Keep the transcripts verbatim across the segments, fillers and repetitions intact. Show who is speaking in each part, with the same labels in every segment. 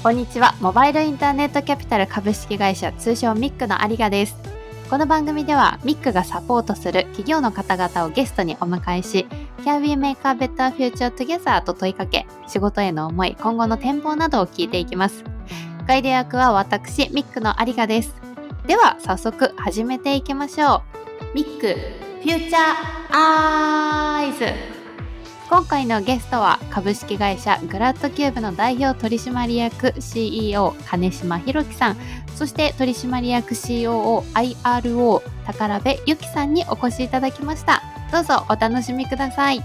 Speaker 1: こんにちは。モバイルインターネットキャピタル株式会社、通称ミックの有賀です。この番組ではミックがサポートする企業の方々をゲストにお迎えし、 Can we make a better future together? と問いかけ、仕事への思い、今後の展望などを聞いていきます。ガイド役は私ミックの有賀です。では早速始めていきましょう。ミックフューチャーアイズ。今回のゲストは株式会社グラッドキューブの代表取締役 シーイーオー 金島博樹さん、そして取締役 シーオーオー アイアールオー 宝部由紀さんにお越しいただきました。どうぞお楽しみください。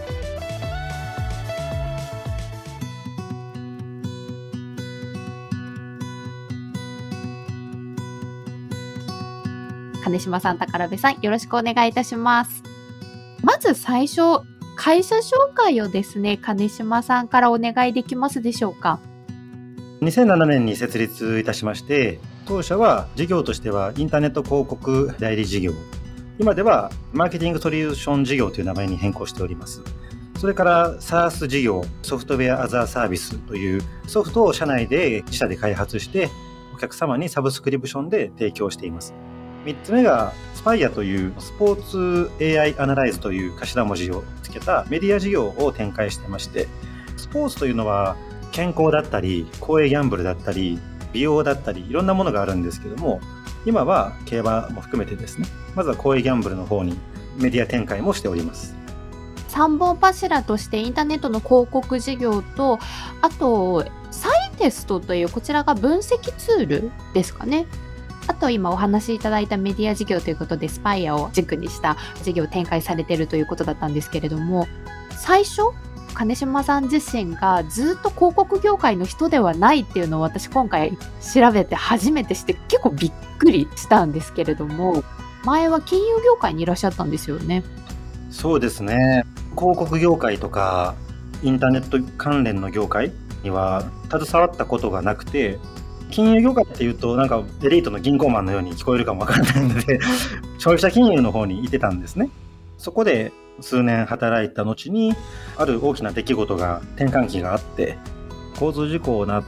Speaker 1: 金島さん、宝部さん、よろしくお願いいたします。まず最初、会社紹介をですね、金島さんからお願いできますでしょうか。
Speaker 2: にせんななねんに設立いたしまして、当社は事業としてはインターネット広告代理事業、今ではマーケティングソリューション事業という名前に変更しております。それから SaaS 事業、ソフトウェアアザーサービスというソフトを社内で自社で開発してお客様にサブスクリプションで提供しています。みっつめがスパイアというスポーツ エーアイ アナライズという頭文字をつけたメディア事業を展開していまして、スポーツというのは健康だったり公営ギャンブルだったり美容だったりいろんなものがあるんですけども、今は競馬も含めてですね、まずは公営ギャンブルの方にメディア展開もしております。
Speaker 1: さんぼん柱としてインターネットの広告事業と、あとサイテストというこちらが分析ツールですかね。あと今お話しいただいたメディア事業ということでスパイアを軸にした事業を展開されているということだったんですけれども、最初金島さん自身がずっと広告業界の人ではないっていうのを私今回調べて初めてして結構びっくりしたんですけれども、前は金融業界にいらっしゃったんですよね。
Speaker 2: そうですね、広告業界とかインターネット関連の業界には携わったことがなくて、金融業界っていうとなんかエリートの銀行マンのように聞こえるかもわからないので消費者金融の方にいてたんですね。そこで数年働いた後にある大きな出来事が転換期があって、交通事故になって、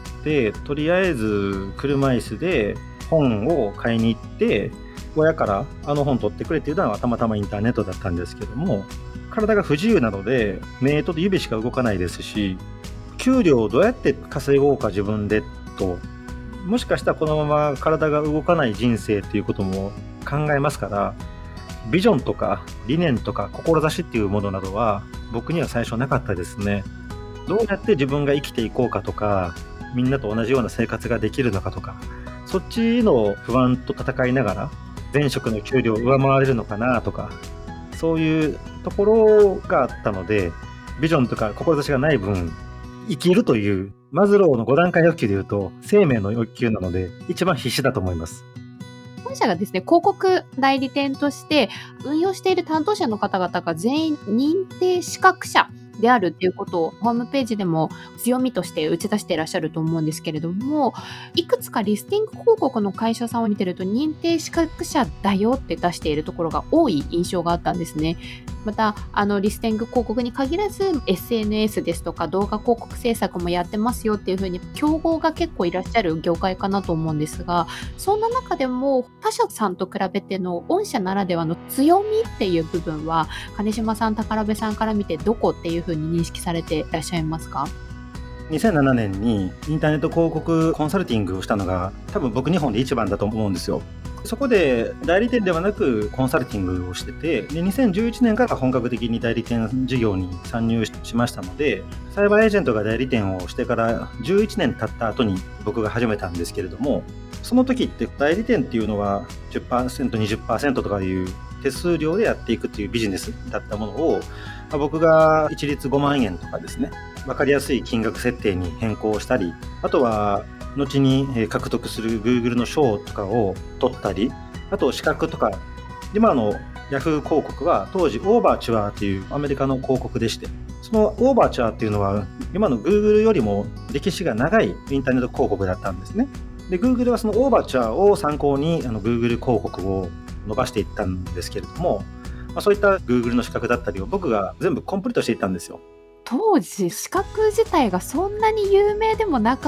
Speaker 2: とりあえず車椅子で本を買いに行って親からあの本取ってくれっていうのはたまたまインターネットだったんですけども、体が不自由なので目と指しか動かないですし、給料をどうやって稼ごうか自分でと、もしかしたらこのまま体が動かない人生っていうことも考えますから、ビジョンとか理念とか志っていうものなどは僕には最初なかったですね。どうやって自分が生きていこうかとか、みんなと同じような生活ができるのかとか、そっちの不安と戦いながら前職の給料を上回れるのかなとか、そういうところがあったので、ビジョンとか志がない分生きるというマズローのご段階欲求でいうと生命の欲求なので一番必死だと思います。
Speaker 1: 本社がですね、広告代理店として運用している担当者の方々が全員認定資格者であるっていうことをホームページでも強みとして打ち出していらっしゃると思うんですけれども、いくつかリスティング広告の会社さんを見てると認定資格者だよって出しているところが多い印象があったんですね。またあのリスティング広告に限らず エスエヌエス ですとか動画広告制作もやってますよっていう風に競合が結構いらっしゃる業界かなと思うんですが、そんな中でも他社さんと比べての御社ならではの強みっていう部分は金島さん、宝部さんから見てどこっていう風に認識されていらっしゃいますか？
Speaker 2: にせんななねんにインターネット広告コンサルティングをしたのが多分僕日本で一番だと思うんですよ。そこで代理店ではなくコンサルティングをしてて、でにせんじゅういちねんから本格的に代理店事業に参入しましたので、サイバーエージェントが代理店をしてからじゅういちねん経った後に僕が始めたんですけれども、その時って代理店っていうのは じゅっパーセント、にじゅっパーセント とかいう手数料でやっていくっていうビジネスだったものを、僕が一律ごまんえんとかですね、分かりやすい金額設定に変更したり、あとは後に獲得する Google の賞とかを取ったり、あと資格とか、今の Yahoo 広告は当時オーバーチュアーっていうアメリカの広告でして、そのオーバーチュアーっていうのは今の Google よりも歴史が長いインターネット広告だったんですね。で Google はそのオーバーチュアーを参考にあの Google 広告を伸ばしていったんですけれども、まあ、そういった Google の資格だったりを僕が全部コンプリートしていったんですよ。
Speaker 1: 当時資格自体がそんなに有名でもなかっ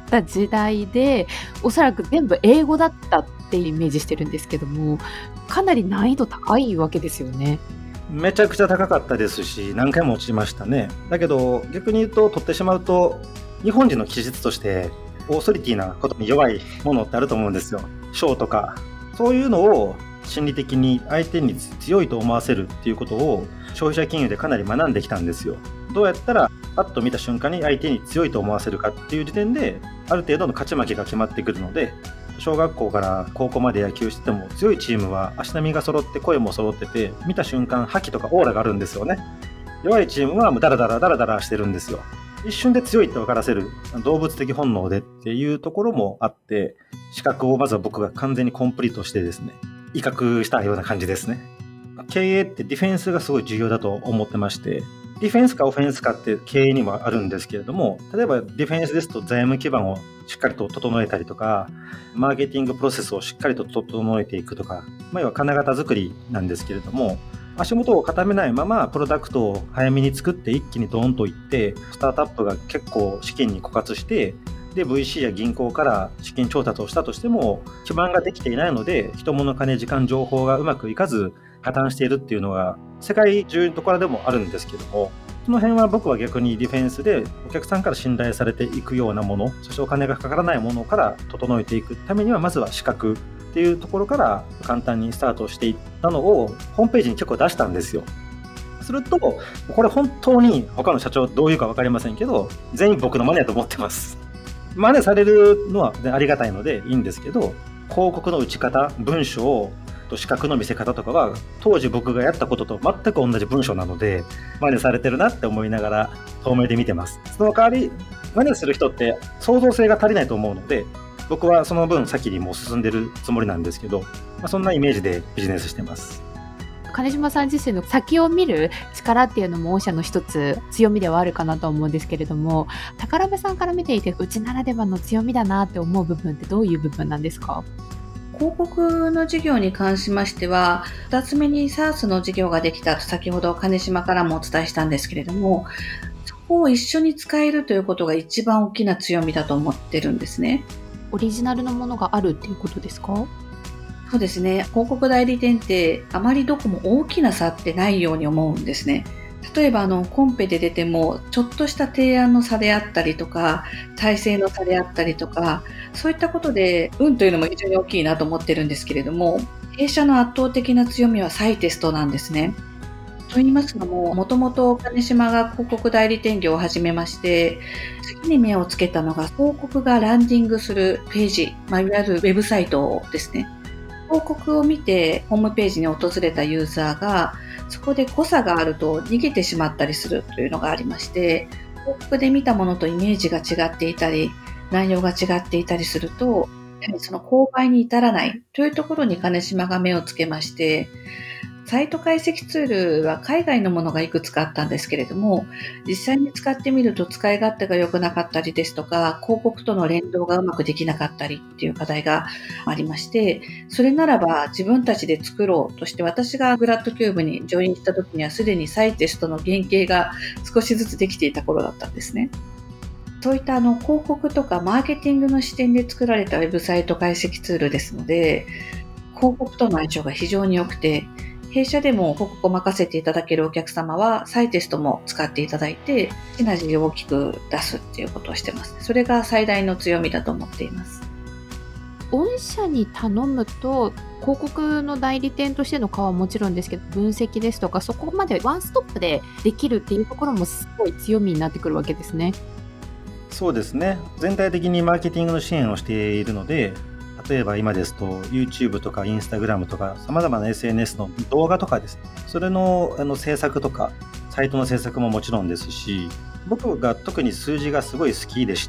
Speaker 1: った時代で、おそらく全部英語だったってイメージしてるんですけども、かなり難易度高いわけですよね。
Speaker 2: めちゃくちゃ高かったですし、何回も落ちましたね。だけど逆に言うと、取ってしまうと日本人の気質としてオーソリティなことに弱いものってあると思うんですよ。賞とかそういうのを心理的に相手に強いと思わせるっていうことを消費者金融でかなり学んできたんですよ。どうやったらパッと見た瞬間に相手に強いと思わせるかっていう時点である程度の勝ち負けが決まってくるので、小学校から高校まで野球してても強いチームは足並みが揃って声も揃ってて、見た瞬間覇気とかオーラがあるんですよね。弱いチームはもうダラダラダラダラしてるんですよ。一瞬で強いって分からせる動物的本能でっていうところもあって、資格をまずは僕が完全にコンプリートしてですね、威嚇したような感じですね。経営ってディフェンスがすごい重要だと思ってまして、ディフェンスかオフェンスかって経営にもあるんですけれども、例えばディフェンスですと財務基盤をしっかりと整えたりとか、マーケティングプロセスをしっかりと整えていくとか、まあ、要は金型作りなんですけれども、足元を固めないままプロダクトを早めに作って一気にドーンといって、スタートアップが結構資金に枯渇して、で ブイシー や銀行から資金調達をしたとしても基盤ができていないので、人物金時間情報がうまくいかず破綻しているっていうのが世界中のところでもあるんですけども、その辺は僕は逆にディフェンスでお客さんから信頼されていくようなもの、そしてお金がかからないものから整えていくためには、まずは資格っていうところから簡単にスタートしていったのをホームページに結構出したんですよ。するとこれ本当に他の社長どういうか分かりませんけど、全員僕の真似だと思ってます。真似されるのはありがたいのでいいんですけど、広告の打ち方、文章と資格の見せ方とかは当時僕がやったことと全く同じ文章なので、真似されてるなって思いながら遠目で見てます。その代わり真似する人って創造性が足りないと思うので、僕はその分先にもう進んでるつもりなんですけど、まあ、そんなイメージでビジネスしてます。
Speaker 1: 金島さん自身の先を見る力っていうのも御社の一つ強みではあるかなと思うんですけれども、宝部さんから見ていてうちならではの強みだなって思う部分ってどういう部分なんですか？
Speaker 3: 広告の事業に関しましては、ふたつめに SaaS の事業ができたと先ほど金島からもお伝えしたんですけれども、そこを一緒に使えるということが一番大きな強みだと思ってるんですね。
Speaker 1: オリジナルのものがあるっていうことですか？
Speaker 3: そうですね。広告代理店ってあまりどこも大きな差ってないように思うんですね。例えばあのコンペで出てもちょっとした提案の差であったりとか、体制の差であったりとか、そういったことで運というのも非常に大きいなと思ってるんですけれども、弊社の圧倒的な強みは再テストなんですね。と言いますのも、もともと金島が広告代理店業を始めまして、次に目をつけたのが広告がランディングするページ、まあ、いわゆるウェブサイトですね。広告を見てホームページに訪れたユーザーがそこで誤差があると逃げてしまったりするというのがありまして、広告で見たものとイメージが違っていたり内容が違っていたりすると、やはりその購買に至らないというところに金島が目をつけまして、サイト解析ツールは海外のものがいくつかあったんですけれども、実際に使ってみると使い勝手が良くなかったりですとか、広告との連動がうまくできなかったりっていう課題がありまして、それならば自分たちで作ろうとして、私がグラッドキューブにジョインした時にはすでにサイテストの原型が少しずつできていた頃だったんですね。そういったあの広告とかマーケティングの視点で作られたウェブサイト解析ツールですので、広告との相性が非常に良くて、弊社でも広告を任せていただけるお客様はサイテストも使っていただいて、シナジーを大きく出すっていうことをしてます。それが最大の強みだと思っています。
Speaker 1: 御社に頼むと広告の代理店としての顔はもちろんですけど、分析ですとかそこまでワンストップでできるっていうところもすごい強みになってくるわけですね。
Speaker 2: そうですね。全体的にマーケティングの支援をしているので、例えば今ですと YouTube とか Instagram とか様々な エスエヌエス の動画とかですね、それの、あの制作とかサイトの制作ももちろんですし、僕が特に数字がすごい好きでして、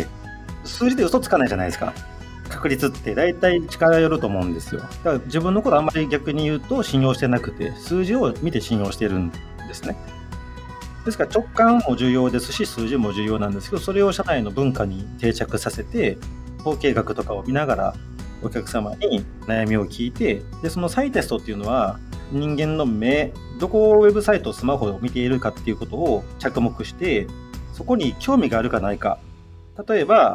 Speaker 2: 数字で嘘つかないじゃないですか。確率って大体力よると思うんですよ。だから自分のことあんまり逆に言うと信用してなくて、数字を見て信用してるんですね。ですから直感も重要ですし、数字も重要なんですけど、それを社内の文化に定着させて、統計学とかを見ながらお客様に悩みを聞いて、でその再テストっていうのは人間の目、どこをウェブサイト、スマホを見ているかっていうことを着目して、そこに興味があるかないか。例えば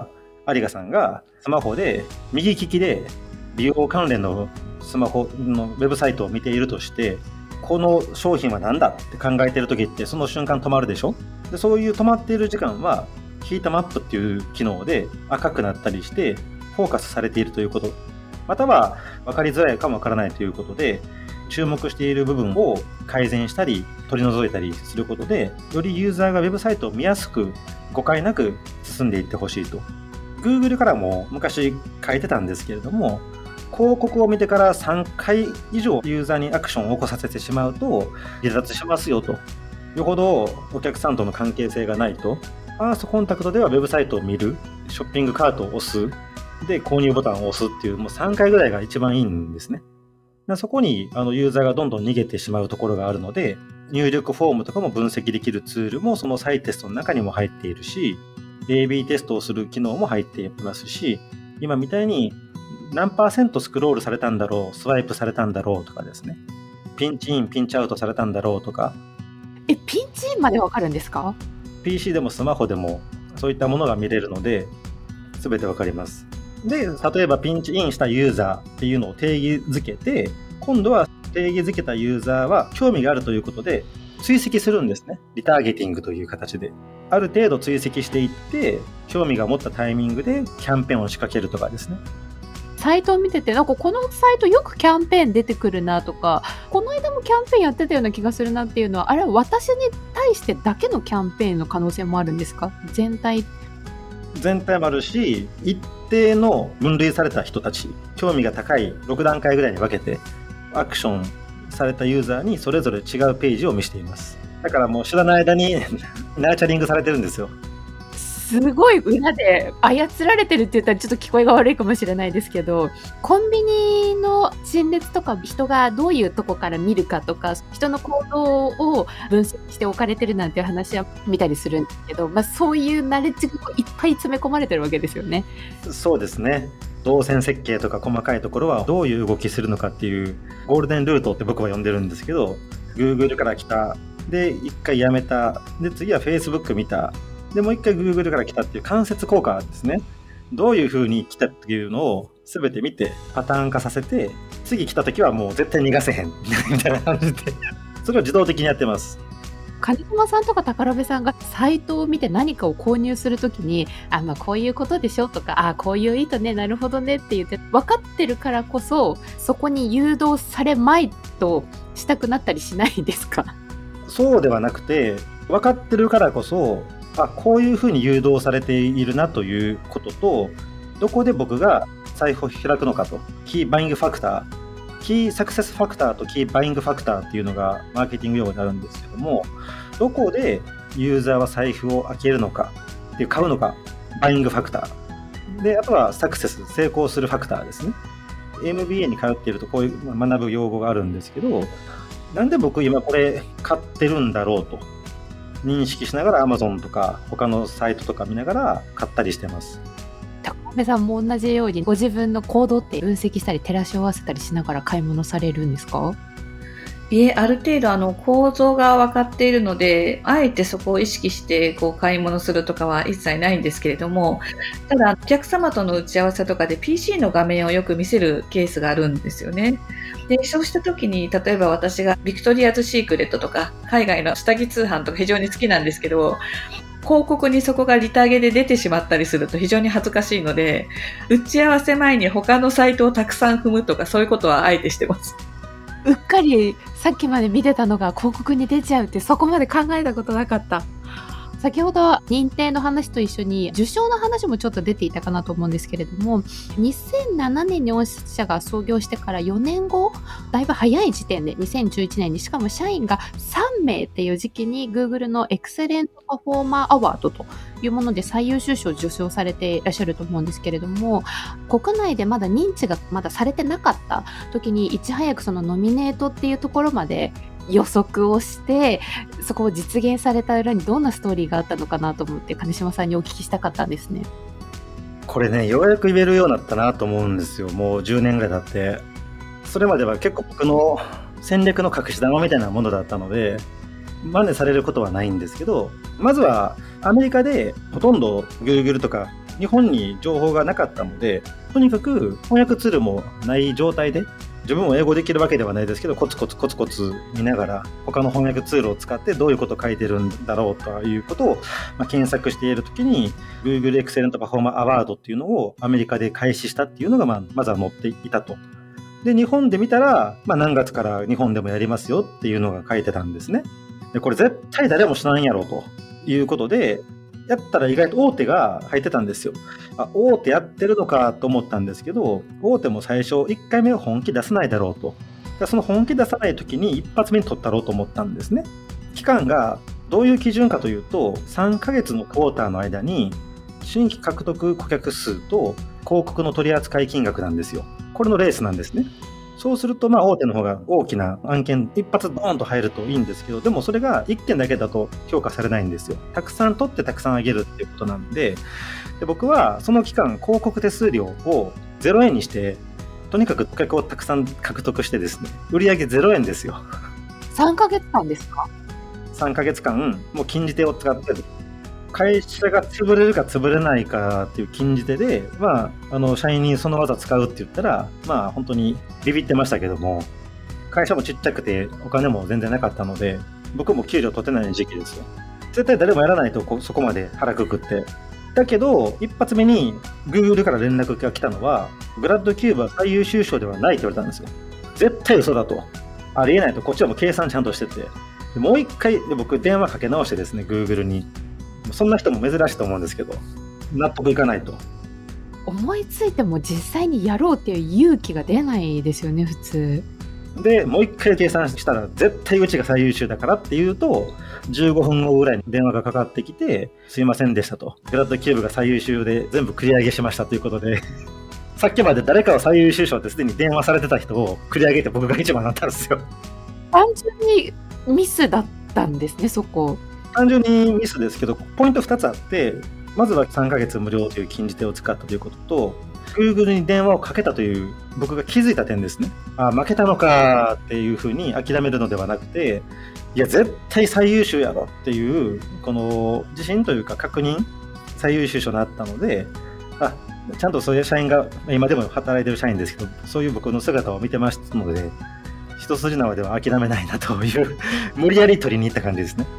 Speaker 2: 有賀さんがスマホで右利きで美容関連のスマホのウェブサイトを見ているとして、この商品は何だって考えている時ってその瞬間止まるでしょ。でそういう止まっている時間はヒートマップっていう機能で赤くなったりしてフォーカスされているということ、または分かりづらいかもわからないということで注目している部分を改善したり取り除いたりすることで、よりユーザーがウェブサイトを見やすく誤解なく進んでいってほしいと。 Google からも昔書いてたんですけれども、広告を見てからさんかい以上ユーザーにアクションを起こさせてしまうと離脱しますよと。よほどお客さんとの関係性がないと、ファーストコンタクトではウェブサイトを見る、ショッピングカートを押す、で購入ボタンを押すっていう、もうさんかいぐらいが一番いいんですね。そこにあのユーザーがどんどん逃げてしまうところがあるので、入力フォームとかも分析できるツールもその再テストの中にも入っているし、エービー テストをする機能も入っていますし、今みたいに何パーセントスクロールされたんだろう、スワイプされたんだろうとかですね、ピンチインピンチアウトされたんだろうとか。
Speaker 1: え、ピンチインまでわかるんですか？
Speaker 2: ピーシー でもスマホでもそういったものが見れるので全てわかります。で、例えばピンチインしたユーザーっていうのを定義づけて、今度は定義づけたユーザーは興味があるということで追跡するんですね。リターゲティングという形である程度追跡していって、興味が持ったタイミングでキャンペーンを仕掛けるとかですね。
Speaker 1: サイトを見てて、なんかこのサイトよくキャンペーン出てくるなとか、この間もキャンペーンやってたような気がするなっていうのは、あれは私に対してだけのキャンペーンの可能性もあるんですか？全体
Speaker 2: 全体もあるし、一定の分類された人たち、興味が高いろくだんかいぐらいに分けてアクションされたユーザーにそれぞれ違うページを見せています。だからもう知らない間にナーチャリングされてるんですよ。
Speaker 1: すごい裏で操られてるって言ったらちょっと聞こえが悪いかもしれないですけど、コンビニの陳列とか人がどういうとこから見るかとか、人の行動を分析して置かれてるなんていう話は見たりするんですけど、まあ、そういうナレッジがいっぱい詰め込まれてるわけですよね。
Speaker 2: そうですね。動線設計とか細かいところはどういう動きするのかっていうゴールデンルートって僕は呼んでるんですけど、 Google から来た、で一回やめた、で次は Facebook 見た、でもう一回 Google から来たっていう間接効果ですね。どういう風に来たっていうのを全て見てパターン化させて、次来た時はもう絶対逃がせへんみたいな感じでそれを自動的にやってます。
Speaker 1: 金妻さんとか宝部さんがサイトを見て何かを購入するときに、あ、まあこういうことでしょとか、あ、こういう意図ね、なるほどねって言って分かってるからこそ、そこに誘導されまいとしたくなったりしないですか？
Speaker 2: そうではなくて、分かってるからこそ、あ、こういうふうに誘導されているなということと、どこで僕が財布を開くのかと、キーバイングファクター、キーサクセスファクターとキーバイングファクターっていうのがマーケティング用語になるんですけども、どこでユーザーは財布を開けるのかっていう買うのか、バイングファクターで、あとはサクセス、成功するファクターですね。エムビーエー に通っているとこういう学ぶ用語があるんですけど、なんで僕今これ買ってるんだろうと認識しながら Amazon とか他のサイトとか見ながら買ったりしてます。
Speaker 1: 高部さんも同じようにご自分の行動って分析したり照らし合わせたりしながら買い物されるんですか？
Speaker 3: いえ、ある程度あの構造が分かっているので、あえてそこを意識してこう買い物するとかは一切ないんですけれども、ただお客様との打ち合わせとかで ピーシー の画面をよく見せるケースがあるんですよね。で、そうした時に例えば私がビクトリアズシークレットとか海外の下着通販とか非常に好きなんですけど、広告にそこがリターゲで出てしまったりすると非常に恥ずかしいので、打ち合わせ前に他のサイトをたくさん踏むとかそういうことはあえてしてます。
Speaker 1: うっかりさっきまで見てたのが広告に出ちゃうって、そこまで考えたことなかった。先ほど認定の話と一緒に受賞の話もちょっと出ていたかなと思うんですけれども、にせんななねんに御社が創業してからよねんご、だいぶ早い時点でにせんじゅういちねんに、しかも社員がさんめいっていう時期に Google のエクセレントパフォーマーアワードというもので最優秀賞を受賞されていらっしゃると思うんですけれども、国内でまだ認知がまだされてなかった時にいち早くそのノミネートっていうところまで予測をして、そこを実現された裏にどんなストーリーがあったのかなと思って金島さんにお聞きしたかったんですね。
Speaker 2: これね、ようやく言えるようになったなと思うんですよ。もうじゅうねんぐらい経って。それまでは結構僕の戦略の隠し玉みたいなものだったので真似されることはないんですけど、まずはアメリカでほとんど Google とか日本に情報がなかったので、とにかく翻訳ツールもない状態で、自分も英語できるわけではないですけど、コツコツコツコツ見ながら他の翻訳ツールを使ってどういうことを書いてるんだろうということを、まあ、検索しているときに Google Excellent Performer Award っていうのをアメリカで開始したっていうのが、まあ、まずは載っていたと。で日本で見たら、まあ、何月から日本でもやりますよっていうのが書いてたんですね。でこれ絶対誰も知らんやろということで、やったら意外と大手が入ってたんですよ。あ、大手やってるのかと思ったんですけど、大手も最初いっかいめは本気出さないだろうと。その本気出さない時に一発目に取ったろうと思ったんですね。期間がどういう基準かというと、さんかげつのクォーターの間に新規獲得顧客数と広告の取扱金額なんですよ。これのレースなんですね。そうすると、まあ大手の方が大きな案件一発ドーンと入るといいんですけど、でもそれがいっけんだけだと評価されないんですよ。たくさん取ってたくさん上げるっていうことなんで、で僕はその期間広告手数料をゼロえんにして、とにかく顧客をたくさん獲得してですね、売上ゼロえんですよ。
Speaker 1: さんかげつかんですか？
Speaker 2: さんかげつかん、もう禁じ手を使って、会社が潰れるか潰れないかっていう禁じ手で、まあ、あの社員にその技使うって言ったら、まあ本当にビビってましたけども、会社もちっちゃくてお金も全然なかったので、僕も給料取ってない時期ですよ。絶対誰もやらないとこそこまで腹くくって。だけど一発目に Google から連絡が来たのは、グラッドキューブは最優秀賞ではないって言われたんですよ。絶対嘘だと。ありえないと。こっちはもう計算ちゃんとしてて、でもう一回で僕電話かけ直してですね、 Google に。そんな人も珍しいと思うんですけど、納得いかないと。
Speaker 1: 思いついても実際にやろうっていう勇気が出ないですよね、普通。
Speaker 2: でもう一回計算したら絶対うちが最優秀だからっていうと、じゅうごふんごぐらいに電話がかかってきて、すいませんでしたと、グラッドキューブが最優秀で全部繰り上げしましたということでさっきまで誰かを最優秀賞ってすでに電話されてた人を繰り上げて僕が一番だったんですよ。
Speaker 1: 単純にミスだったんですね、そこ。
Speaker 2: 単純にミスですけど、ポイントふたつあって、まずはさんかげつ無料という禁じ手を使ったということと、Google に電話をかけたという僕が気づいた点ですね。あ、負けたのかっていうふうに諦めるのではなくて、いや絶対最優秀やろっていうこの自信というか確認、最優秀賞になったので、あ、ちゃんとそういう社員が今でも働いてる社員ですけど、そういう僕の姿を見てましたので、一筋縄では諦めないなという無理やり取りに行った感じですね。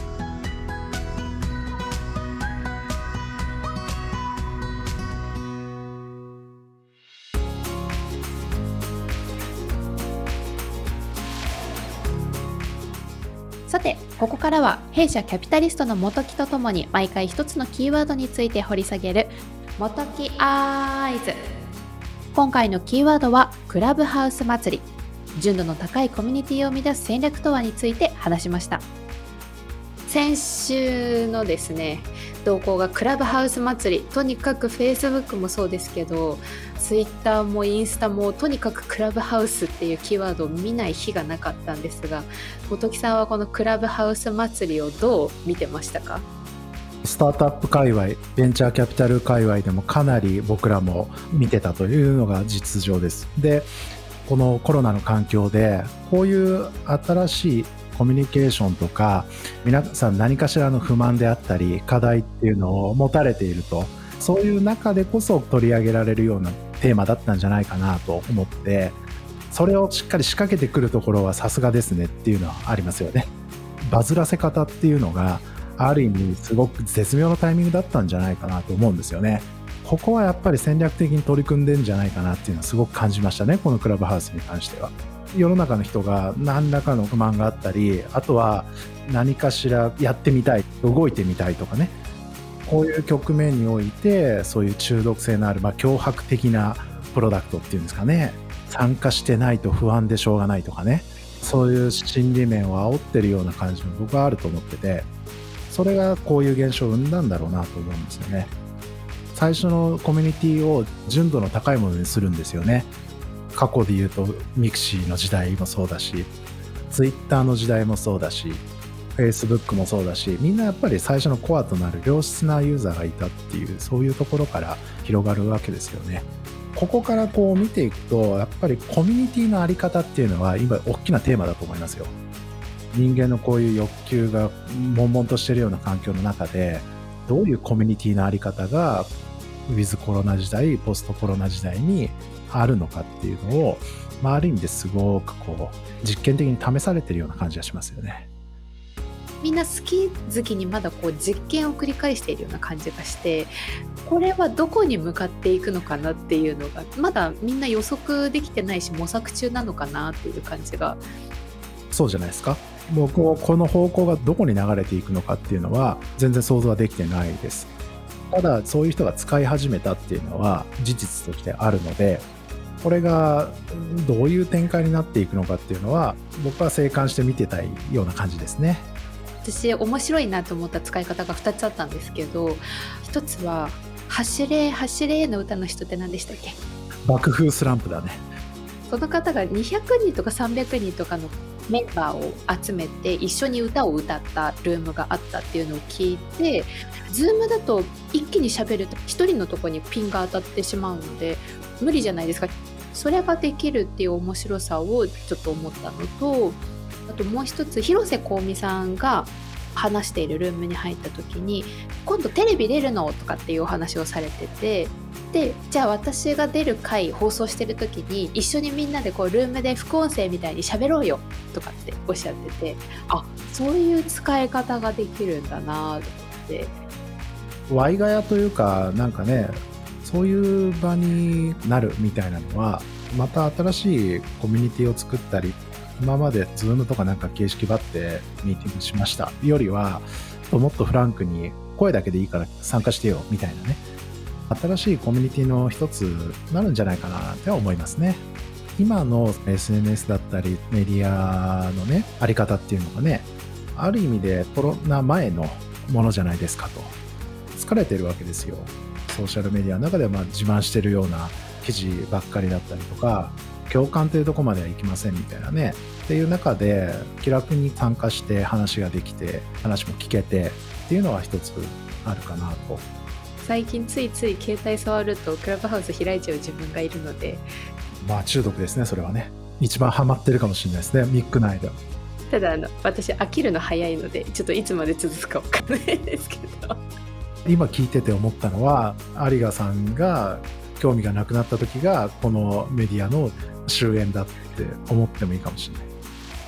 Speaker 1: さて、ここからは弊社キャピタリストの元木とともに毎回一つのキーワードについて掘り下げる元木アイズ。今回のキーワードはクラブハウス祭り、純度の高いコミュニティを生み出す戦略とはについて話しました。先週のですね、動向がクラブハウス祭り、とにかく Facebook もそうですけど Twitter もインスタもとにかくクラブハウスっていうキーワードを見ない日がなかったんですが、元木さんはこのクラブハウス祭りをどう見てましたか？
Speaker 4: スタートアップ界隈、ベンチャーキャピタル界隈でもかなり僕らも見てたというのが実情です。で、このコロナの環境でこういう新しいコミュニケーションとか、皆さん何かしらの不満であったり課題っていうのを持たれていると、そういう中でこそ取り上げられるようなテーマだったんじゃないかなと思って、それをしっかり仕掛けてくるところはさすがですねっていうのはありますよね。バズらせ方っていうのがある意味すごく絶妙なタイミングだったんじゃないかなと思うんですよね。ここはやっぱり戦略的に取り組んでんじゃないかなっていうのはすごく感じましたね、このクラブハウスに関しては。世の中の人が何らかの不満があったり、あとは何かしらやってみたい、動いてみたいとかね、こういう局面においてそういう中毒性のある、まあ、脅迫的なプロダクトっていうんですかね、参加してないと不安でしょうがないとかね、そういう心理面を煽ってるような感じも僕はあると思ってて、それがこういう現象を生んだんだろうなと思うんですよね。最初のコミュニティを純度の高いものにするんですよね。過去で言うとミクシーの時代もそうだし、ツイッターの時代もそうだし、フェイスブックもそうだし、みんなやっぱり最初のコアとなる良質なユーザーがいたっていう、そういうところから広がるわけですよね。ここからこう見ていくと、やっぱりコミュニティのあり方っていうのは今大きなテーマだと思いますよ。人間のこういう欲求が悶々としているような環境の中で、どういうコミュニティのあり方がウィズコロナ時代、ポストコロナ時代にあるのかっていうのを、まあ、ある意味ですごくこう実験的に試されてるような感じがしますよね。
Speaker 1: みんな好き好きにまだこう実験を繰り返しているような感じがして、これはどこに向かっていくのかなっていうのがまだみんな予測できてないし、模索中なのかなっていう感じが。
Speaker 4: そうじゃないですか。もうこうこの方向がどこに流れていくのかっていうのは全然想像はできてないです。ただそういう人が使い始めたっていうのは事実としてあるので、これがどういう展開になっていくのかっていうのは僕は静観して見てたいような感じですね。
Speaker 1: 私面白いなと思った使い方がふたつあったんですけど、ひとつは走れ走れの歌の人って何でしたっけ？
Speaker 4: 爆風スランプだね。
Speaker 1: その方がにひゃくにんとかさんびゃくにんとかのメンバーを集めて一緒に歌を歌ったルームがあったっていうのを聞いて、ズームだと一気に喋ると一人のとこにピンが当たってしまうので無理じゃないですか。それができるっていう面白さをちょっと思ったのと、あともう一つ、広瀬香美さんが話しているルームに入った時に、今度テレビ出るのとかっていうお話をされてて、でじゃあ私が出る回放送してる時に一緒にみんなでこうルームで副音声みたいに喋ろうよとかっておっしゃってて、あ、そういう使い方ができるんだなと思って。
Speaker 4: ワイガヤというかなんかね、そういう場になるみたいなのはまた新しいコミュニティを作ったり、今までズームとかなんか形式ばってミーティングしましたよりはもっとフランクに声だけでいいから参加してよみたいなね、新しいコミュニティの一つになるんじゃないかなって思いますね。今の エスエヌエス だったりメディアのねあり方っていうのがね、ある意味でコロナ前のものじゃないですかと。疲れてるわけですよ。ソーシャルメディアの中ではまあ自慢してるような記事ばっかりだったりとか、共感というところまではいきませんみたいなねっていう中で気楽に参加して話ができて話も聞けてっていうのは一つあるかなと。
Speaker 1: 最近ついつい携帯触るとクラブハウス開いちゃう自分がいるので、
Speaker 4: まあ中毒ですね。それはね一番ハマってるかもしれないですね、ミック内では。
Speaker 1: ただあの私飽きるの早いのでちょっといつまで続くか分かんないですけど、
Speaker 4: 今聞いてて思ったのは、有賀さんが興味がなくなった時がこのメディアの終焉だって思ってもいいかもしれない。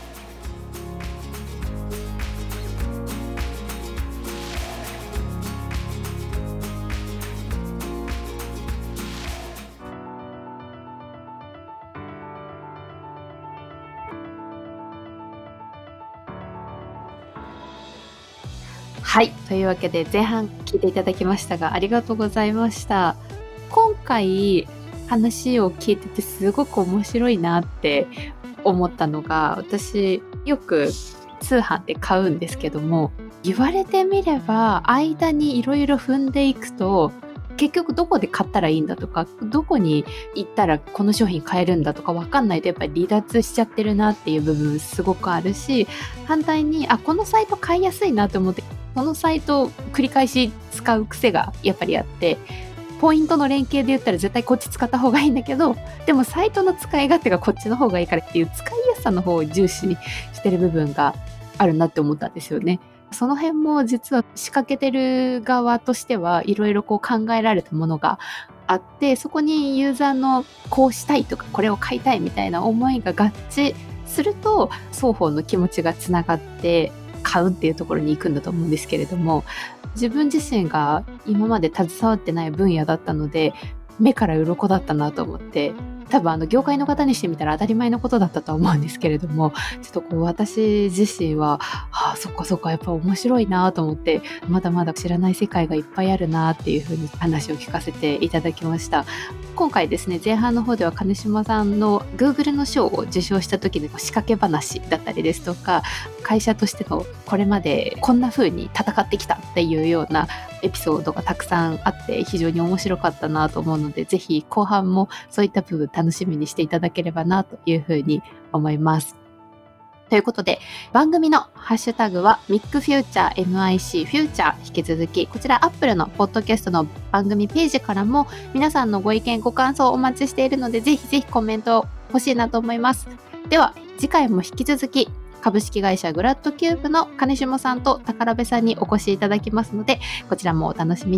Speaker 1: はい、というわけで前半聞いていただきましたがありがとうございました。今回話を聞いててすごく面白いなって思ったのが、私よく通販で買うんですけども、言われてみれば間にいろいろ踏んでいくと結局どこで買ったらいいんだとか、どこに行ったらこの商品買えるんだとか分かんないとやっぱり離脱しちゃってるなっていう部分すごくあるし、反対にあこのサイト買いやすいなと思ってこのサイトを繰り返し使う癖がやっぱりあって、ポイントの連携で言ったら絶対こっち使った方がいいんだけど、でもサイトの使い勝手がこっちの方がいいからっていう使いやすさの方を重視してる部分があるなって思ったんですよね。その辺も実は仕掛けてる側としてはいろいろこう考えられたものがあって、そこにユーザーのこうしたいとかこれを買いたいみたいな思いが合致すると双方の気持ちがつながって買うっていうところに行くんだと思うんですけれども、自分自身が今まで携わってない分野だったので目から鱗だったなと思って、多分あの業界の方にしてみたら当たり前のことだったと思うんですけれども、ちょっとこう私自身はああそっかそっかやっぱ面白いなと思って、まだまだ知らない世界がいっぱいあるなっていうふうに話を聞かせていただきました。今回ですね、前半の方では金島さんの Google の賞を受賞した時の仕掛け話だったりですとか、会社としてのこれまでこんな風に戦ってきたっていうようなエピソードがたくさんあって非常に面白かったなと思うので、ぜひ後半もそういった部分楽しみにしていただければなというふうに思います。ということで番組のハッシュタグは ミック フューチャー エムアイシー フューチャー、引き続きこちら Apple のポッドキャストの番組ページからも皆さんのご意見ご感想をお待ちしているので、ぜひぜひコメント欲しいなと思います。では次回も引き続き株式会社グラッドキューブの金下さんと宝部さんにお越しいただきますので、こちらもお楽しみに。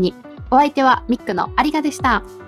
Speaker 1: お相手はミックの有賀でした。